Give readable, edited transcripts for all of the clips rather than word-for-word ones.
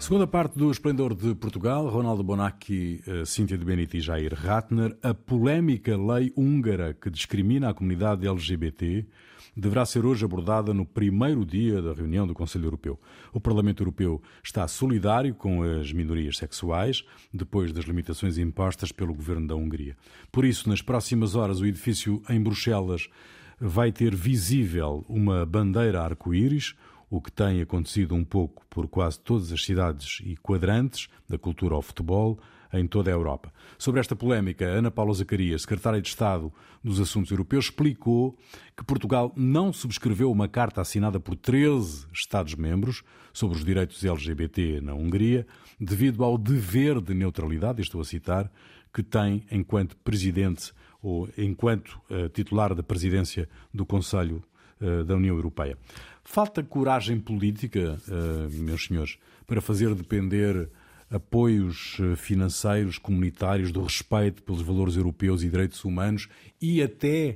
Segunda parte do Esplendor de Portugal, Ronaldo Bonacci, Cíntia de Benito e Jair Ratner. A polémica lei húngara que discrimina a comunidade LGBT deverá ser hoje abordada no primeiro dia da reunião do Conselho Europeu. O Parlamento Europeu está solidário com as minorias sexuais, depois das limitações impostas pelo governo da Hungria. Por isso, nas próximas horas, o edifício em Bruxelas vai ter visível uma bandeira arco-íris, o que tem acontecido um pouco por quase todas as cidades e quadrantes, da cultura ao futebol, em toda a Europa. Sobre esta polémica, Ana Paula Zacarias, secretária de Estado dos Assuntos Europeus, explicou que Portugal não subscreveu uma carta assinada por 13 Estados-membros sobre os direitos LGBT na Hungria, devido ao dever de neutralidade, estou a citar, que tem enquanto presidente ou enquanto titular da presidência do Conselho da União Europeia. Falta coragem política, meus senhores, para fazer depender apoios financeiros, comunitários, do respeito pelos valores europeus e direitos humanos e até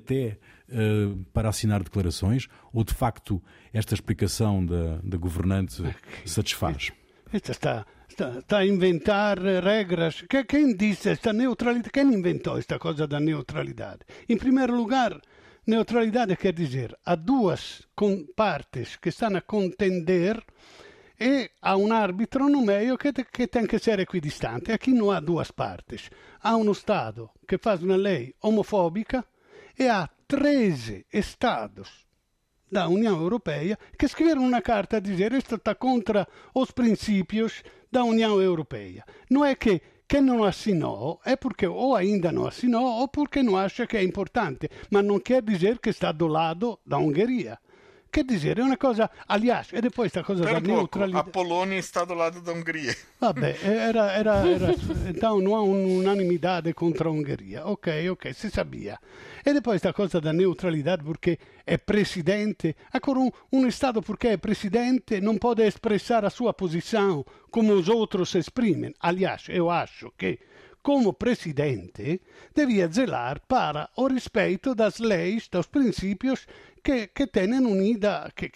para assinar declarações? Ou, de facto, esta explicação da governante satisfaz? Está a inventar regras. Quem disse esta neutralidade? Quem inventou esta coisa da neutralidade? Em primeiro lugar, neutralidade quer dizer há duas partes que estão a contender e há um árbitro no meio que tem que ser equidistante. Aqui não há duas partes. Há um Estado que faz uma lei homofóbica e há 13 Estados da União Europeia que escreveram uma carta a dizer isto está contra os princípios da União Europeia. Não é que quem não assinou é porque ou ainda não assinou ou porque não acha que é importante, mas não quer dizer que está do lado da Hungria. Quer dizer, é uma coisa... Aliás, e depois esta coisa da neutralidade... A Polônia está do lado da Hungria. Vabbè, era... Então não há unanimidade contra a Hungria. Ok, se sabia. E depois esta coisa da neutralidade porque é presidente. Agora, um Estado porque é presidente não pode expressar a sua posição como os outros exprimem. Aliás, eu acho que como presidente devia zelar para o respeito das leis, dos princípios que têm unida, que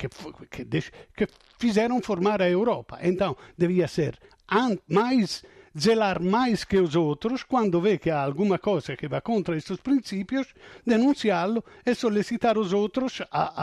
fizeram formar a Europa. Então, devia ser zelar mais que os outros, quando vê que há alguma coisa que vai contra estes princípios, denunciá-lo e solicitar os outros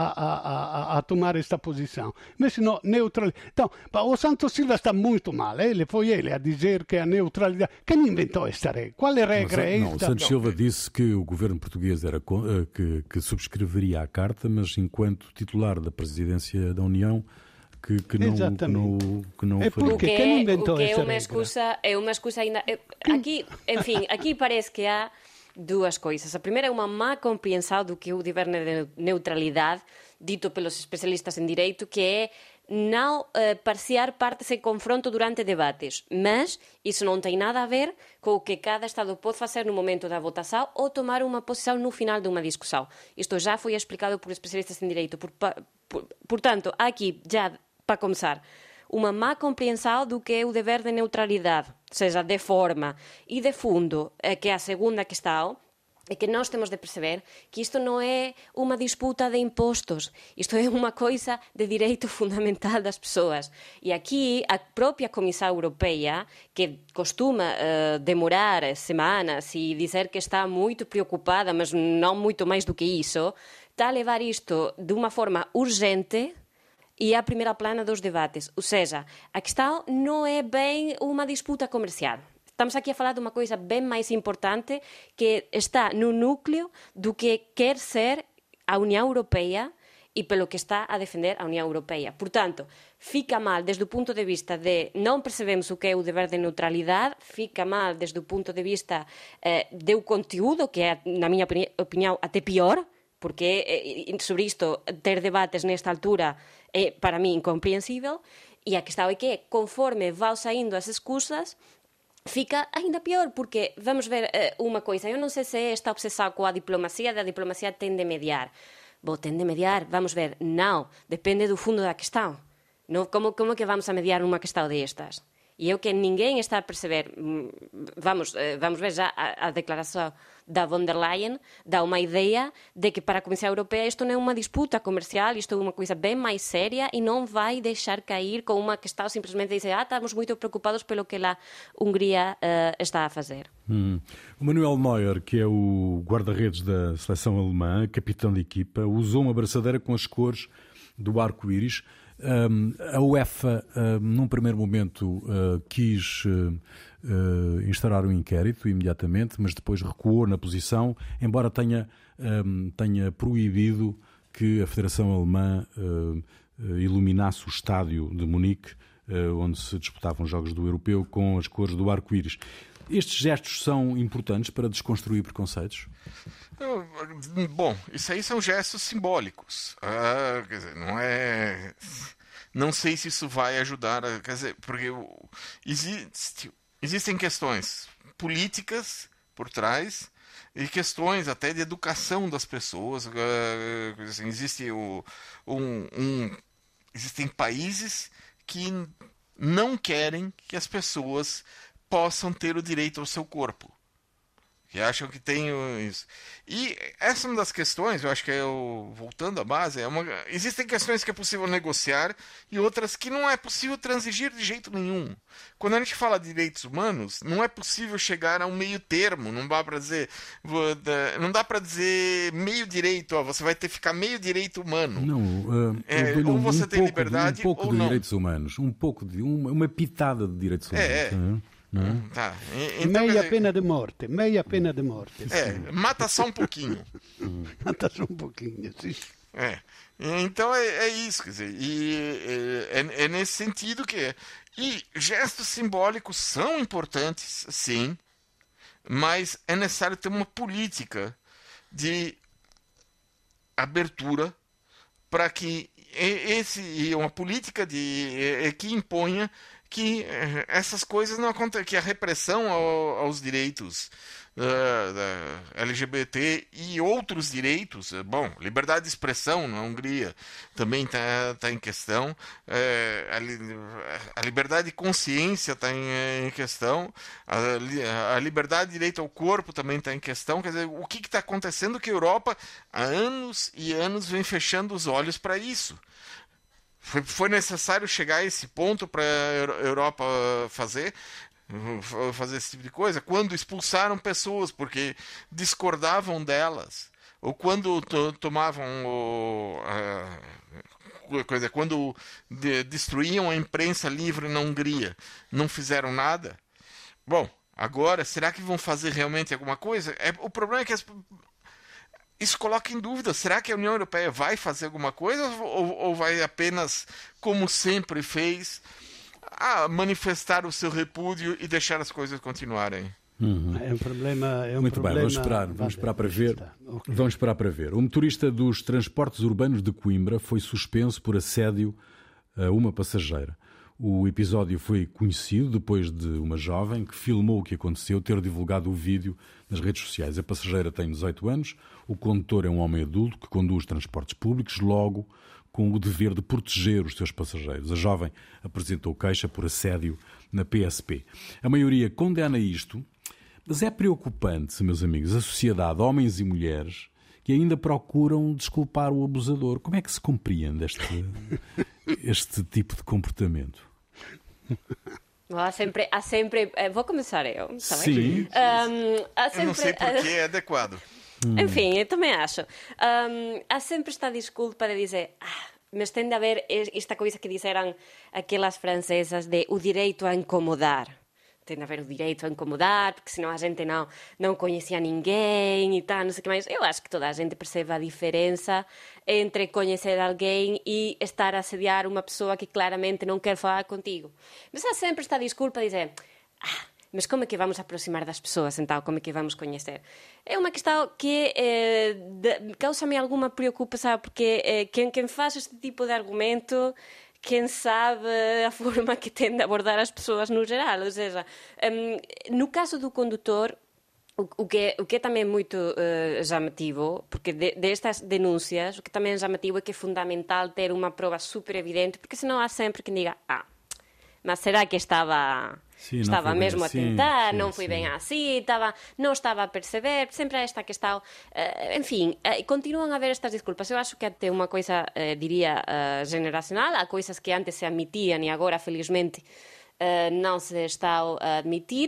a tomar esta posição. Mas não, neutralidade. Então, o Santos Silva está muito mal. Foi ele a dizer que a neutralidade... Quem inventou esta regra? Qual regra é esta? Não, o Santos Silva disse que o governo português era que subscreveria a carta, mas enquanto titular da presidência da União... que não é porque quem inventou é uma excusa ainda aqui parece que há duas coisas. A primeira é uma má compreensão do que é o dever de neutralidade dito pelos especialistas em direito, que é não parciar partes em confronto durante debates, mas isso não tem nada a ver com o que cada Estado pode fazer no momento da votação ou tomar uma posição no final de uma discussão. Isto já foi explicado por especialistas em direito. Portanto, há aqui, já para começar, uma má compreensão do que é o dever de neutralidade, ou seja, de forma e de fundo, que é a segunda questão, é que nós temos de perceber que isto não é uma disputa de impostos, isto é uma coisa de direito fundamental das pessoas. E aqui a própria Comissão Europeia, que costuma demorar semanas e dizer que está muito preocupada, mas não muito mais do que isso, está a levar isto de uma forma urgente e à primeira plana dos debates. Ou seja, a questão não é bem uma disputa comercial. Estamos aqui a falar de uma coisa bem mais importante que está no núcleo do que quer ser a União Europeia e pelo que está a defender a União Europeia. Portanto, fica mal desde o ponto de vista de não percebemos o que é o dever de neutralidade, fica mal desde o ponto de vista do conteúdo, que é, na minha opinião, até pior, porque sobre isto ter debates nesta altura é, para mim, incompreensível, e a questão é que, conforme vão saindo as excusas, fica ainda pior, porque vamos ver uma coisa, eu não sei se é esta obsessão com a diplomacia tem de mediar. Bom, tem de mediar, vamos ver, não, depende do fundo da questão. Não, como que vamos a mediar uma questão destas? E é o que ninguém está a perceber. Vamos ver já a declaração da von der Leyen, dá uma ideia de que para a Comissão Europeia isto não é uma disputa comercial, isto é uma coisa bem mais séria e não vai deixar cair com uma questão simplesmente de dizer estamos muito preocupados pelo que a Hungria está a fazer. O Manuel Neuer, que é o guarda-redes da seleção alemã, capitão de equipa, usou uma braçadeira com as cores do arco-íris. A UEFA, num primeiro momento, quis instaurar um inquérito imediatamente, mas depois recuou na posição, embora tenha proibido que a Federação Alemã iluminasse o estádio de Munique, onde se disputavam os Jogos do Europeu, com as cores do arco-íris. Estes gestos são importantes para desconstruir preconceitos? Bom, isso aí são gestos simbólicos. Quer dizer, não é... Não sei se isso vai ajudar, quer dizer, porque existem questões políticas por trás e questões até de educação das pessoas. Assim, existem países que não querem que as pessoas possam ter o direito ao seu corpo, que acham que tem isso. E essa é uma das questões, eu acho que voltando à base, existem questões que é possível negociar e outras que não é possível transigir de jeito nenhum. Quando a gente fala de direitos humanos, não é possível chegar a um meio termo, não dá para dizer meio direito, você vai ter que ficar meio direito humano. Não, ou você tem liberdade ou não. Um pouco ou de não. direitos humanos, uma pitada de direitos humanos. Tá. Então, meia pena de morte. Mata só um pouquinho. Mata só um pouquinho, sim. Então é isso, quer dizer, é nesse sentido que é. E gestos simbólicos são importantes, sim, mas é necessário ter uma política de abertura para que uma política que imponha que essas coisas não aconteçam, que a repressão aos direitos da LGBT e outros direitos, liberdade de expressão na Hungria também está em questão, a liberdade de consciência está em questão, a liberdade de direito ao corpo também está em questão. Quer dizer, o que está acontecendo que a Europa há anos e anos vem fechando os olhos para isso. Foi necessário chegar a esse ponto para a Europa fazer esse tipo de coisa, quando expulsaram pessoas porque discordavam delas, ou quando tomavam quando destruíam a imprensa livre na Hungria, não fizeram nada. Bom, agora, será que vão fazer realmente alguma coisa? O problema é que isso coloca em dúvida, será que a União Europeia vai fazer alguma coisa ou vai apenas, como sempre fez, manifestar o seu repúdio e deixar as coisas continuarem? É um problema. Muito bem, vamos esperar para ver. Okay. Vamos esperar para ver. O motorista dos transportes urbanos de Coimbra foi suspenso por assédio a uma passageira. O episódio foi conhecido depois de uma jovem que filmou o que aconteceu ter divulgado o vídeo nas redes sociais. A passageira tem 18 anos, o condutor é um homem adulto que conduz transportes públicos, logo com o dever de proteger os seus passageiros. A jovem apresentou queixa por assédio na PSP. A maioria condena isto, mas é preocupante, meus amigos, a sociedade, homens e mulheres, que ainda procuram desculpar o abusador. Como é que se compreende este tipo de comportamento? Há sempre vou começar eu, tá bem? Sim. Eu não sei porque é adequado. Enfim, eu também acho. Há sempre esta desculpa de dizer mas tem de haver esta coisa que disseram aquelas francesas de o direito a incomodar. Tem de haver o direito a incomodar, porque senão a gente não conhecia ninguém e tal, não sei o que mais. Eu acho que toda a gente percebe a diferença entre conhecer alguém e estar a assediar uma pessoa que claramente não quer falar contigo. Mas há sempre esta desculpa de dizer mas como é que vamos aproximar das pessoas, então? Como é que vamos conhecer? É uma questão que causa-me alguma preocupação, porque quem faz este tipo de argumento, quem sabe a forma que tem de abordar as pessoas no geral. Ou seja, no caso do condutor, o que é também muito chamativo, porque destas denúncias, o que também é chamativo é que é fundamental ter uma prova super evidente, porque senão há sempre quem diga, mas será que estava mesmo a tentar, non foi ben así, non estaba a perceber, sempre há esta questão, enfim, continúan a haber estas desculpas. Eu acho que até unha coisa, diría, generacional, há coisas que antes se admitían e agora, felizmente, non se está a admitir,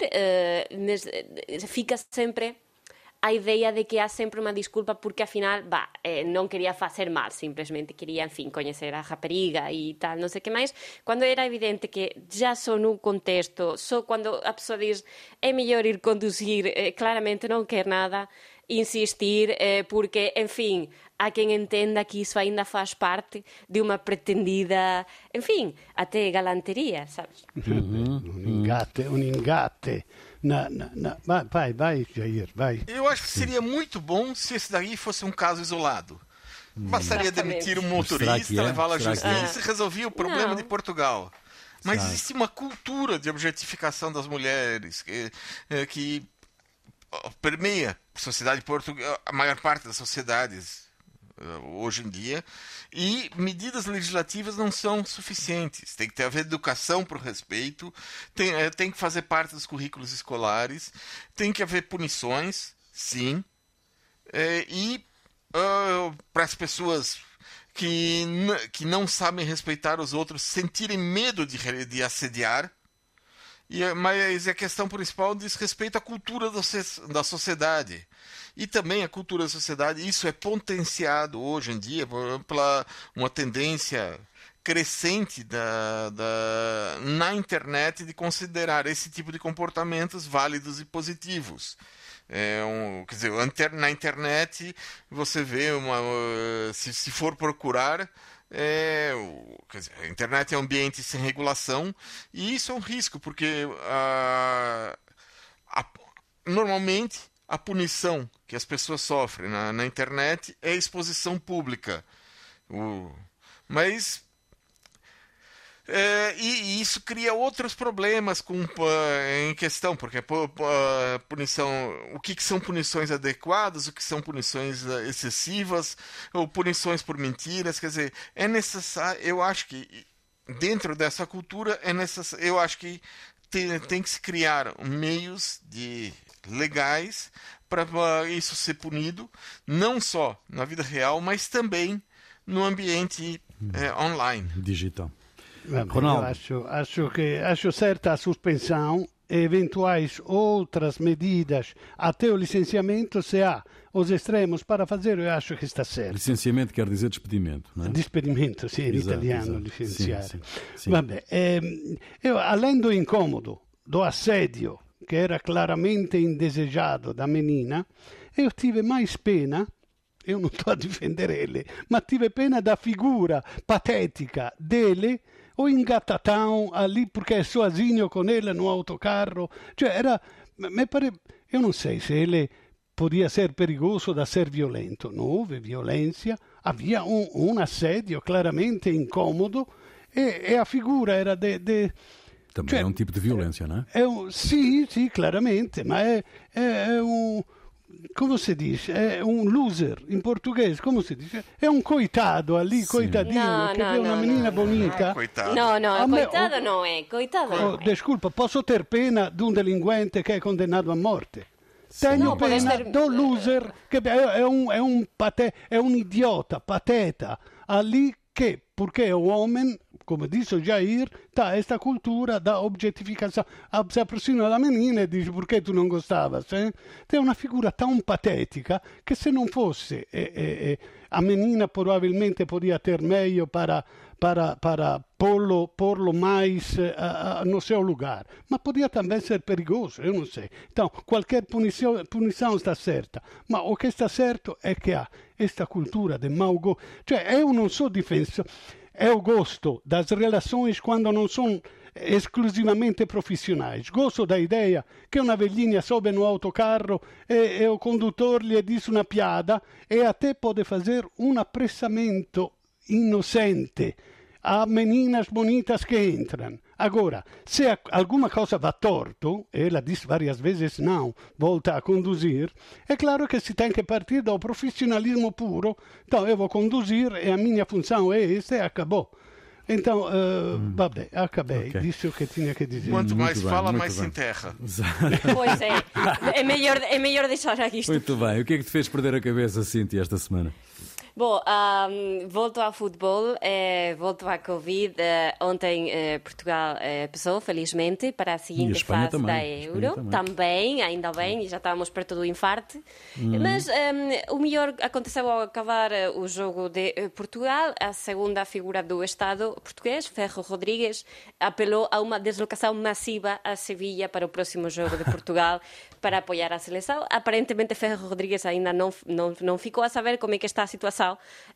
fica sempre a ideia de que há sempre unha disculpa porque, afinal, non quería facer mal, simplesmente quería, en fin, coñecer a rapariga e tal, non sei que máis, cando era evidente que já só nun contexto, só cando a persoa diz é mellor ir conducir, claramente non quer nada, insistir, porque, en fin, há quen entenda que iso ainda faz parte de unha pretendida, en fin, até galantería, sabes? Un ingate. Vai, Jair, vai. Eu acho que seria muito bom se esse daí fosse um caso isolado. Bastaria demitir um motorista, levá-lo à justiça e resolvia o problema de Portugal. Mas existe uma cultura de objetificação das mulheres que permeia a sociedade portuguesa, a maior parte das sociedades hoje em dia, e medidas legislativas não são suficientes. Tem que haver educação para o respeito, tem que fazer parte dos currículos escolares, tem que haver punições, sim, e para as pessoas que não sabem respeitar os outros sentirem medo de assediar. Mas a questão principal diz respeito à cultura da sociedade. E também a cultura da sociedade, isso é potenciado hoje em dia pela uma tendência crescente na internet de considerar esse tipo de comportamentos válidos e positivos. Quer dizer, na internet você vê se for procurar, quer dizer, a internet é um ambiente sem regulação e isso é um risco, porque normalmente a punição que as pessoas sofrem na internet é exposição pública. Mas e isso cria outros problemas em questão, porque punição, o que são punições adequadas, o que são punições excessivas, ou punições por mentiras. Quer dizer, é necessário, eu acho que dentro dessa cultura eu acho que tem que se criar meios legais para isso ser punido, não só na vida real, mas também no ambiente online. Digital. Eu acho certa a suspensão e eventuais outras medidas até o licenciamento, se há os extremos para fazer, eu acho que está certo. Licenciamento quer dizer despedimento, não é? Despedimento, sim, in italiano, licenciare. Sim. Vabbè, eu, além do incômodo, do assédio, que era claramente indesejado da menina, eu tive mais pena, eu não estou a difendere ele, ma tive pena da figura patética dele, o engatatão ali porque é sozinho com ele no autocarro, cioè eu não sei se ele podia ser perigoso da ser violento, não houve violência, havia um assédio claramente incômodo e a figura era Também é um tipo de violência, não é? Sì, claramente, ma è un... Come si dice? È un loser in portoghese, come si dice? È un coitado ali, sì. Coitadino, che è una menina bonita. No, coitado non è, coitado non è. Desculpa, posso ter pena di un delinquente che è condannato a morte? Tenho pena do loser, che è un idiota, pateta, ali che, perché è un uomo, come disse Jair, tá esta cultura da objetificação. Se aproxima da menina e diz, perché tu non gostavas? Tem una figura tão patética che se non fosse a menina provavelmente podia ter meio para porlo mais no seu lugar. Ma podia também ser perigoso, eu não sei. Então, qualquer punição está certa. Ma o che está certo è che há esta cultura de mau gosto. Cioè, eu não sou defensor. Eu gosto das relações quando não são exclusivamente profissionais. Gosto da ideia che una velhinha sobe no autocarro e o condutor lhe diz uma piada e até pode fazer um apressamento inocente a meninas bonitas que entram. Agora, se alguma coisa va torto, e ela diz várias vezes não, volta a conduzir, é claro que se tem que partir do profissionalismo puro. Então, eu vou conduzir e a minha função é essa e acabou. Então, vabbè, acabei. Ok. Disse o que tinha que dizer. Quanto mais bem, fala, muito mais se bem. enterra. Pois é mellor deixar aqui isto. Muito bem. O que é que te fez perder a cabeça, Cíntia, esta semana? Bom, volto ao futebol, volto à Covid. Ontem Portugal passou, felizmente, para a seguinte Espanha fase também, da a Espanha Euro. também. Ainda bem, já estávamos perto do infarte. Mas o melhor aconteceu ao acabar o jogo de Portugal. A segunda figura do Estado português, Ferro Rodrigues, apelou a uma deslocação massiva a Sevilha para o próximo jogo de Portugal para apoiar a seleção. Aparentemente, Ferro Rodrigues ainda não ficou a saber como é que está a situação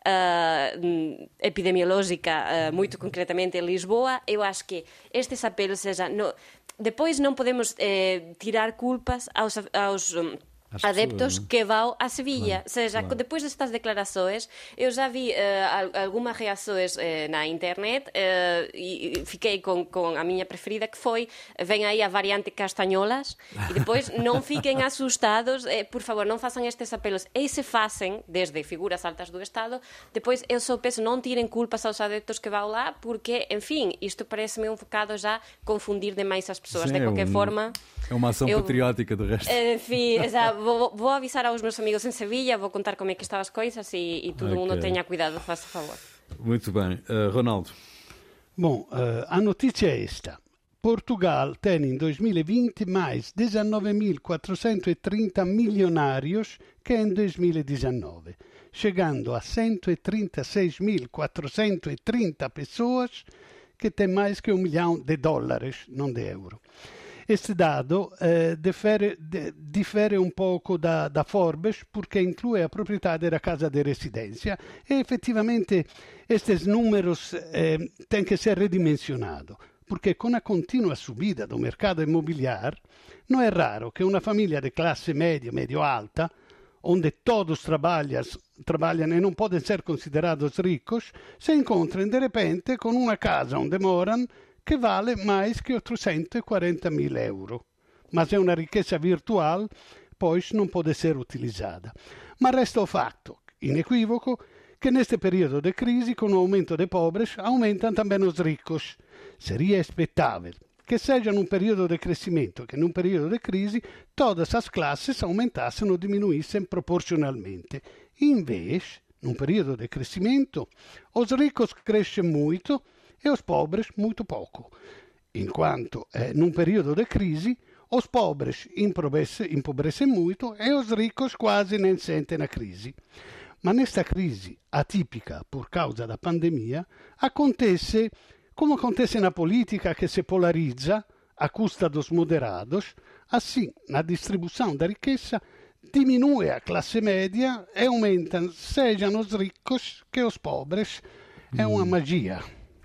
epidemiológica, muito concretamente em Lisboa. Eu acho que estes apelos, depois não podemos tirar culpas aos adeptos que vão a Sevilha. Claro. Depois destas declarações, eu já vi algumas reações na internet e fiquei com a minha preferida, que foi: vem aí a variante Castanholas, e depois não fiquem assustados, por favor, não façam estes apelos. E se fazem, desde figuras altas do Estado, depois eu só penso, não tirem culpas aos adeptos que vão lá, porque, enfim, isto parece-me um bocado já confundir demais as pessoas. Sim, de qualquer forma... É uma ação patriótica, de resto. Enfim, vou avisar aos meus amigos em Sevilha, vou contar como é que estão as coisas e todo mundo tenha cuidado, faça favor. Muito bem. Ronaldo. Bom, a notícia é esta. Portugal tem em 2020 mais 19.430 milionários que em 2019, chegando a 136.430 pessoas que têm mais que $1 milhão, não de euro. Este dado differe un poco da Forbes, porque inclui a proprietà della casa di residenza, e effettivamente estes números têm que ser redimensionados, porque con la continua subida do mercado imobiliare non è raro che una famiglia di classe medio-alta, onde todos trabalham e não podem ser considerados ricos, se encontrem de repente con una casa onde moram che vale mais que 840.000 euro. Mas é uma riqueza virtual, pois não pode ser utilizada. Ma resta o fatto, inequívoco, que neste período de crise, com o aumento de pobres, aumentam também os ricos. Seria expectável que seja num período de crescimento, que num período de crise, todas as classes aumentassem ou diminuíssem proporcionalmente. Em vez, num período de crescimento, os ricos crescem muito e os pobres muito pouco, enquanto num período de crise os pobres empobrecem muito e os ricos quase nem sentem a crise. Ma nesta crise atipica por causa da pandemia acontece como acontece na política, que se polarizza a custa dos moderados. Assim, na distribuição da riqueza diminui a classe média e aumentam sejam os ricos que os pobres. É uma magia.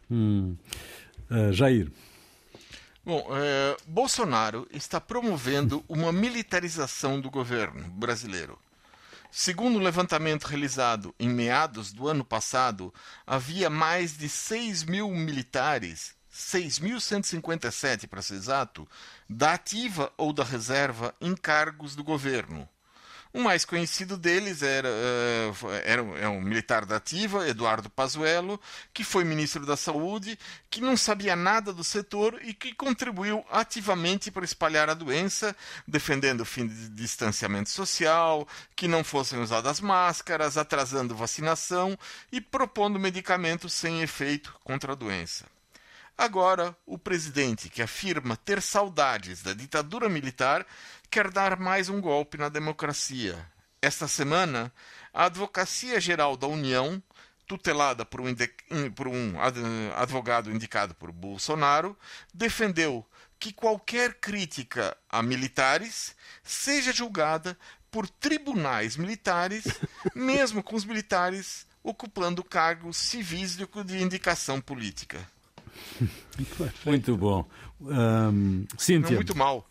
Jair. Bom, Bolsonaro está promovendo uma militarização do governo brasileiro. Segundo o levantamento realizado em meados do ano passado, havia mais de 6.000 militares, 6.157 para ser exato, da ativa ou da reserva em cargos do governo. O mais conhecido deles é um militar da ativa, Eduardo Pazuello, que foi ministro da Saúde, que não sabia nada do setor e que contribuiu ativamente para espalhar a doença, defendendo o fim de distanciamento social, que não fossem usadas máscaras, atrasando vacinação e propondo medicamentos sem efeito contra a doença. Agora, o presidente, que afirma ter saudades da ditadura militar, quer dar mais um golpe na democracia. Esta semana, a Advocacia Geral da União, tutelada por um advogado indicado por Bolsonaro, defendeu que qualquer crítica a militares seja julgada por tribunais militares, mesmo com os militares ocupando cargos civis de indicação política. Muito bom. Cíntia. Não, muito mal.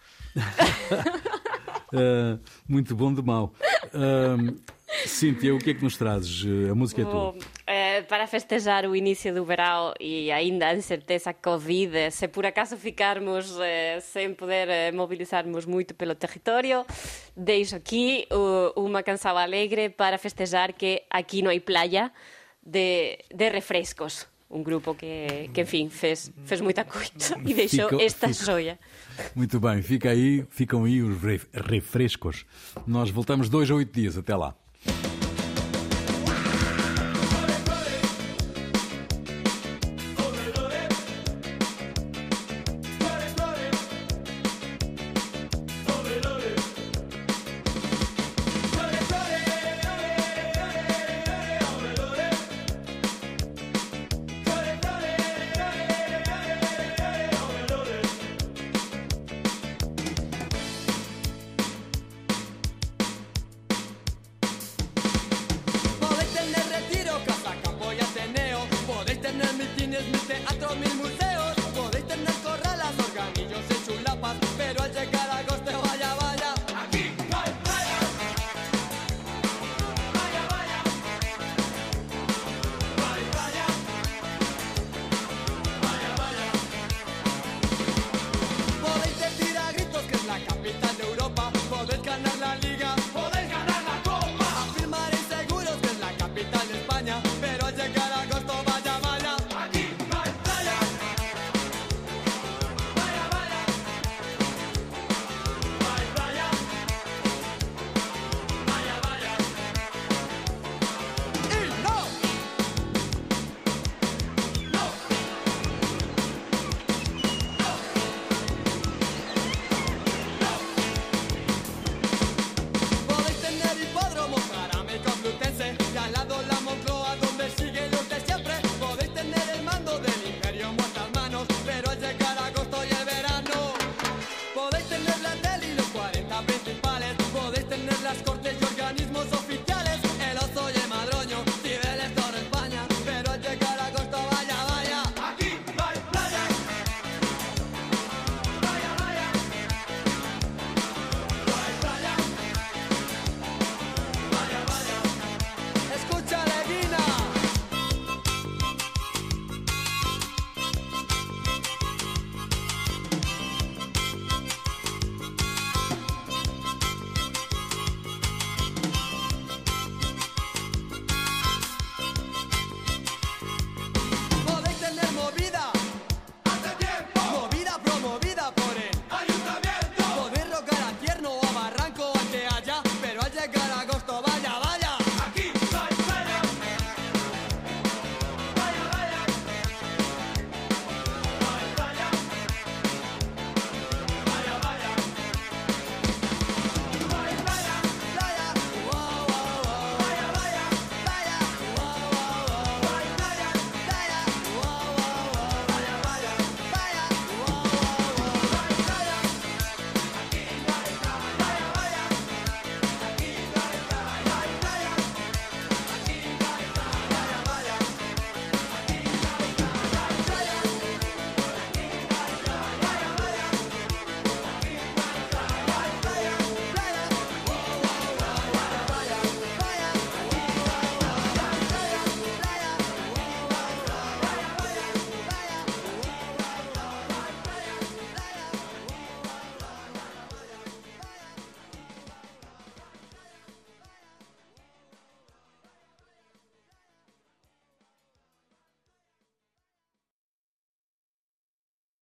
Muito bom de mal. Cíntia, o que é que nos trazes? A música é tua. Para festejar o início do verão e ainda a incerteza Covid, se por acaso ficarmos sem poder mobilizarmos muito pelo território, deixo aqui uma canção alegre para festejar que aqui não há praia de refrescos. um grupo que enfim, fez muita coisa e deixou esta joia. Muito bem, ficam aí os refrescos. Nós voltamos 2 a 8 dias. Até lá.